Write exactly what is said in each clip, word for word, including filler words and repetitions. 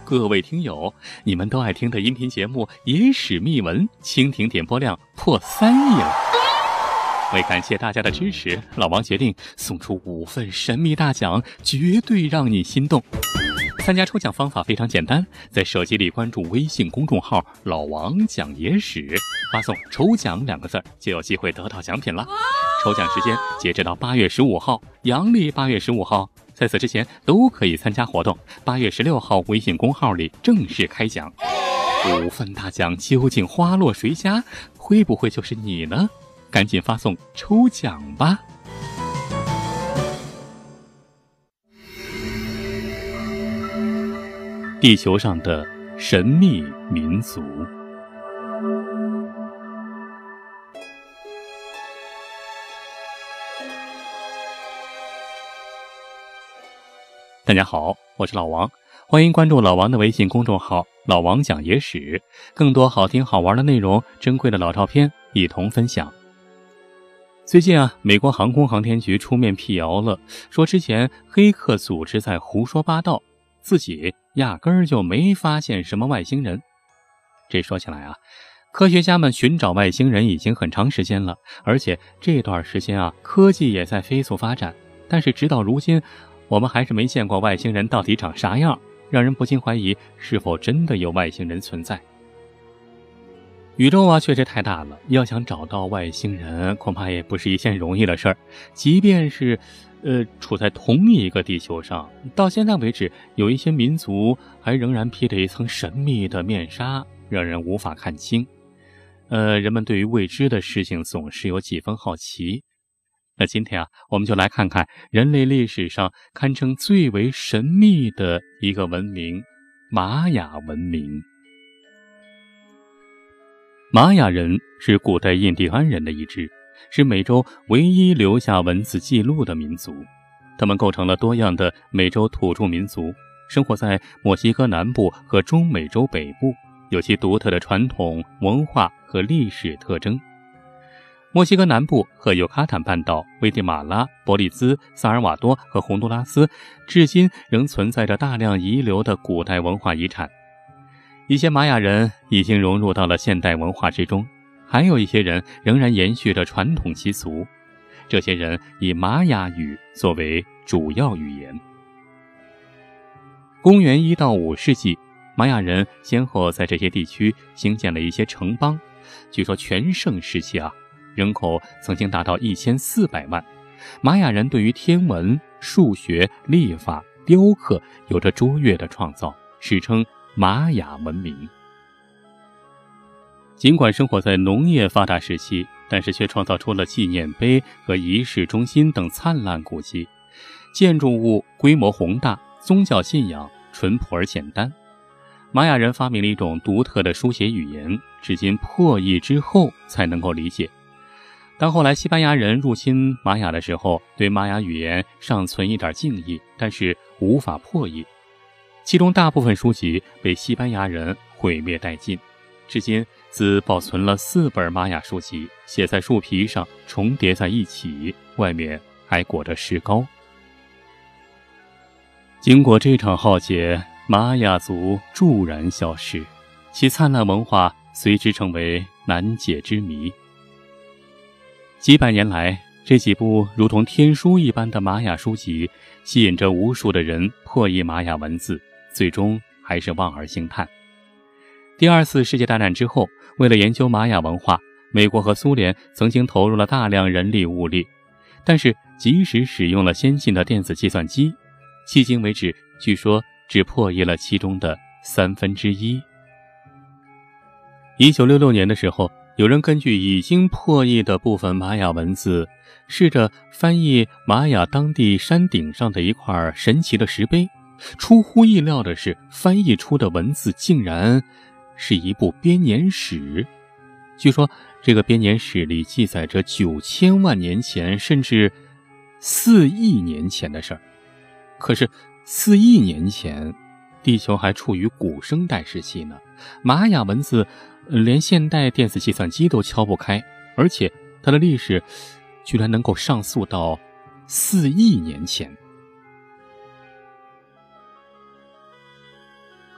各位听友，你们都爱听的音频节目《野史秘闻》蜻蜓点播量破三亿了。为感谢大家的支持，老王决定送出五份神秘大奖，绝对让你心动。参加抽奖方法非常简单，在手机里关注微信公众号“老王讲野史”，发送“抽奖”两个字，就有机会得到奖品了。抽奖时间截止到八月十五号，阳历八月十五号，在此之前都可以参加活动。八月十六号，微信公号里正式开奖。五份大奖究竟花落谁家？会不会就是你呢？赶紧发送抽奖吧！地球上的神秘民族。大家好，我是老王，欢迎关注老王的微信公众号“老王讲野史”，更多好听好玩的内容、珍贵的老照片一同分享。最近啊，美国航空航天局出面辟谣了，说之前黑客组织在胡说八道，自己压根儿就没发现什么外星人。这说起来啊，科学家们寻找外星人已经很长时间了，而且这段时间啊，科技也在飞速发展，但是直到如今，我们还是没见过外星人到底长啥样，让人不禁怀疑是否真的有外星人存在。宇宙啊，确实太大了，要想找到外星人，恐怕也不是一件容易的事儿。即便是，呃，处在同一个地球上，到现在为止，有一些民族还仍然披着一层神秘的面纱，让人无法看清。呃，人们对于未知的事情总是有几分好奇。那今天啊，我们就来看看人类历史上堪称最为神秘的一个文明——玛雅文明。玛雅人是古代印第安人的一支，是美洲唯一留下文字记录的民族。他们构成了多样的美洲土著民族，生活在墨西哥南部和中美洲北部，有其独特的传统文化和历史特征。墨西哥南部和尤卡坦半岛、危地马拉、伯利兹、萨尔瓦多和洪都拉斯，至今仍存在着大量遗留的古代文化遗产。一些玛雅人已经融入到了现代文化之中，还有一些人仍然延续着传统习俗。这些人以玛雅语作为主要语言。公元一到五世纪，玛雅人先后在这些地区兴建了一些城邦。据说全盛时期啊，人口曾经达到一千四百万。玛雅人对于天文、数学、历法、雕刻有着卓越的创造，史称玛雅文明。尽管生活在农业发达时期，但是却创造出了纪念碑和仪式中心等灿烂古迹，建筑物规模宏大，宗教信仰淳朴而简单。玛雅人发明了一种独特的书写语言，至今破译之后才能够理解。当后来西班牙人入侵玛雅的时候，对玛雅语言尚存一点敬意，但是无法破译。其中大部分书籍被西班牙人毁灭殆尽，至今只保存了四本玛雅书籍，写在树皮上，重叠在一起，外面还裹着石膏。经过这场浩劫，玛雅族骤然消失，其灿烂文化随之成为难解之谜。几百年来，这几部如同天书一般的玛雅书籍吸引着无数的人破译玛雅文字，最终还是望而兴叹。第二次世界大战之后，为了研究玛雅文化，美国和苏联曾经投入了大量人力物力，但是即使使用了先进的电子计算机，迄今为止据说只破译了其中的三分之一。一九六六年的时候，有人根据已经破译的部分玛雅文字，试着翻译玛雅当地山顶上的一块神奇的石碑。出乎意料的是，翻译出的文字竟然是一部编年史。据说这个编年史里记载着九千万年前甚至四亿年前的事儿。可是四亿年前地球还处于古生代时期呢，玛雅文字连现代电子计算机都敲不开，而且它的历史居然能够上溯到四亿年前。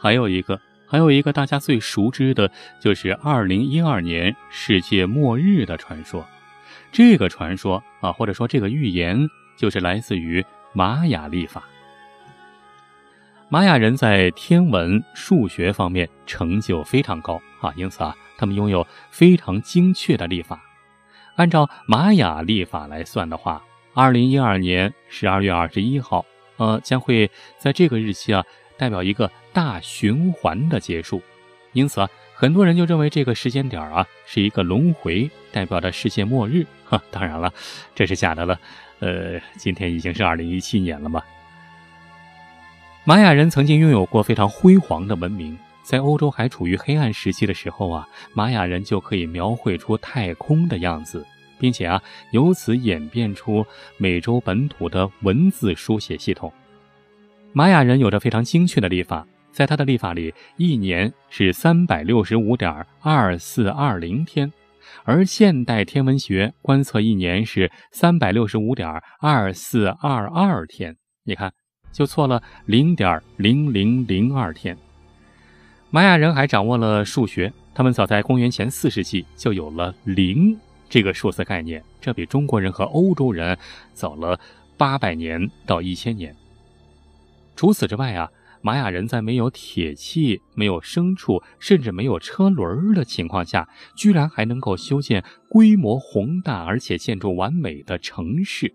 还有一个还有一个大家最熟知的就是二零一二年世界末日的传说。这个传说啊，或者说这个预言就是来自于玛雅历法。玛雅人在天文、数学方面成就非常高啊，因此啊，他们拥有非常精确的历法。按照玛雅历法来算的话，二零一二年十二月二十一号，呃，将会在这个日期啊，代表一个大循环的结束。因此啊，很多人就认为这个时间点啊是一个轮回，代表着世界末日。哈，当然了，这是假的了。呃，今天已经是二零一七年了嘛。玛雅人曾经拥有过非常辉煌的文明，在欧洲还处于黑暗时期的时候啊，玛雅人就可以描绘出太空的样子，并且啊，由此演变出美洲本土的文字书写系统。玛雅人有着非常精确的历法，在他的历法里，一年是 三百六十五点二四二零 天，而现代天文学观测一年是 三百六十五点二四二二 天，你看就错了 零点零零零二 天。玛雅人还掌握了数学，他们早在公元前四世纪就有了零这个数字概念，这比中国人和欧洲人早了八百年到一千年。除此之外啊，玛雅人在没有铁器、没有牲畜，甚至没有车轮的情况下，居然还能够修建规模宏大而且建筑完美的城市。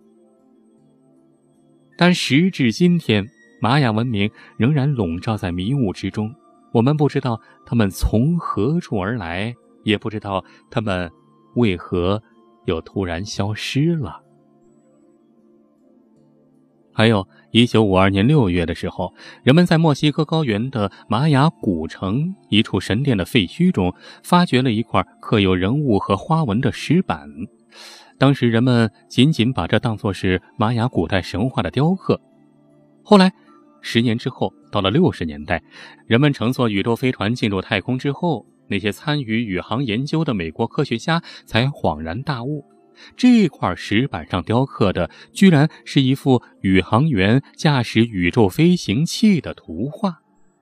但时至今天，玛雅文明仍然笼罩在迷雾之中，我们不知道他们从何处而来，也不知道他们为何又突然消失了。还有一九五二年六月的时候，人们在墨西哥高原的玛雅古城一处神殿的废墟中发掘了一块刻有人物和花纹的石板。当时人们仅仅把这当作是玛雅古代神话的雕刻。后来十年之后，到了六十年代，人们乘坐宇宙飞船进入太空之后，那些参与宇航研究的美国科学家才恍然大悟，这块石板上雕刻的居然是一幅宇航员驾驶宇宙飞行器的图画。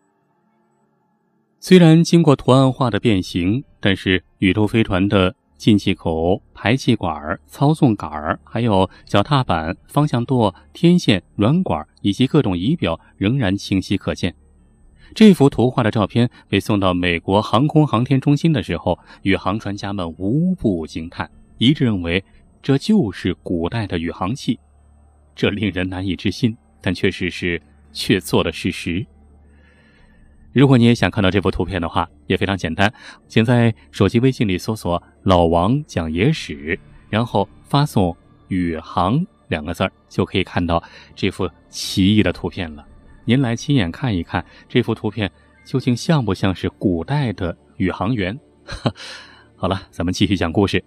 虽然经过图案化的变形，但是宇宙飞船的进气口、排气管、操纵杆，还有脚踏板、方向舵、天线、软管以及各种仪表仍然清晰可见。这幅图画的照片被送到美国航空航天中心的时候，宇航专家们无不惊叹，一致认为这就是古代的宇航器。这令人难以置信，但确实是确凿的事实。如果你也想看到这幅图片的话，也非常简单，请在手机微信里搜索老王讲野史，然后发送宇航两个字儿，就可以看到这幅奇异的图片了。您来亲眼看一看，这幅图片究竟像不像是古代的宇航员？好了，咱们继续讲故事。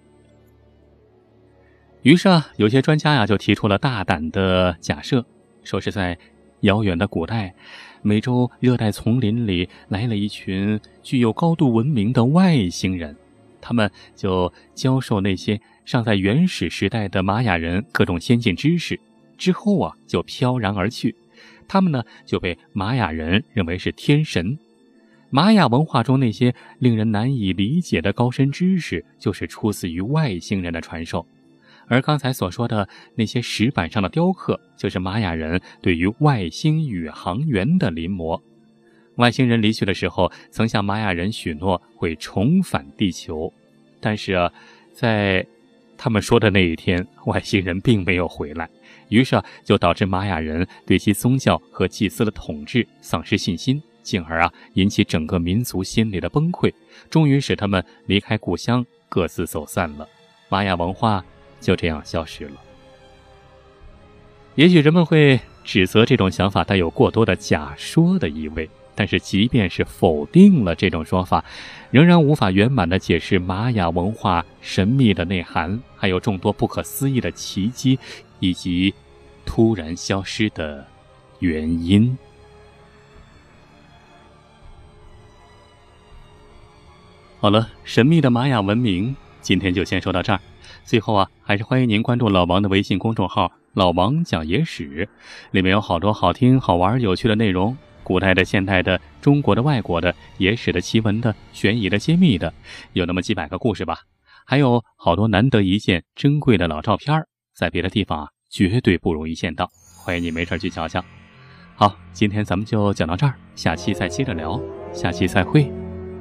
于是啊，有些专家呀就提出了大胆的假设，说是在遥远的古代，美洲热带丛林里来了一群具有高度文明的外星人，他们就教授那些尚在原始时代的玛雅人各种先进知识，之后啊就飘然而去。他们呢就被玛雅人认为是天神。玛雅文化中那些令人难以理解的高深知识，就是出自于外星人的传授。而刚才所说的那些石板上的雕刻，就是玛雅人对于外星宇航员的临摹。外星人离去的时候，曾向玛雅人许诺会重返地球，但是啊，在他们说的那一天，外星人并没有回来，于是啊，就导致玛雅人对其宗教和祭司的统治丧失信心，进而啊，引起整个民族心理的崩溃，终于使他们离开故乡，各自走散了。玛雅文化就这样消失了。也许人们会指责这种想法带有过多的假说的意味，但是即便是否定了这种说法，仍然无法圆满地解释玛雅文化神秘的内涵，还有众多不可思议的奇迹，以及突然消失的原因。好了，神秘的玛雅文明今天就先说到这儿。最后啊，还是欢迎您关注老王的微信公众号老王讲野史，里面有好多好听好玩有趣的内容， 古代的、现代的、中国的、外国的、野史的、奇闻的、悬疑的、揭秘的，有那么几百个故事吧。还有好多难得一见、珍贵的老照片，在别的地方啊绝对不容易见到。欢迎你没事去瞧瞧。好，今天咱们就讲到这儿，下期再接着聊，下期再会。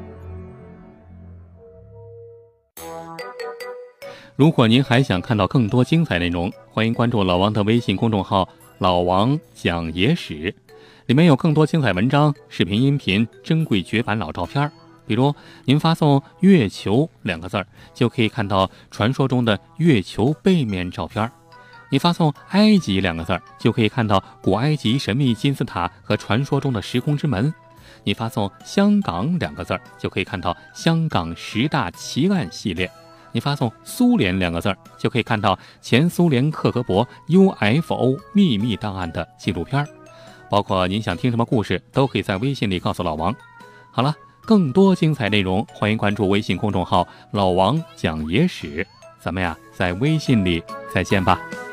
如果您还想看到更多精彩内容，欢迎关注老王的微信公众号老王讲野史，里面有更多精彩文章、视频、音频、珍贵绝版老照片。比如您发送月球两个字就可以看到传说中的月球背面照片，你发送埃及两个字就可以看到古埃及神秘金字塔和传说中的时空之门，你发送香港两个字就可以看到香港十大奇案系列，你发送苏联两个字就可以看到前苏联克格勃 U F O 秘密档案的纪录片。包括您想听什么故事都可以在微信里告诉老王。好了，更多精彩内容欢迎关注微信公众号老王讲野史，咱们呀在微信里再见吧。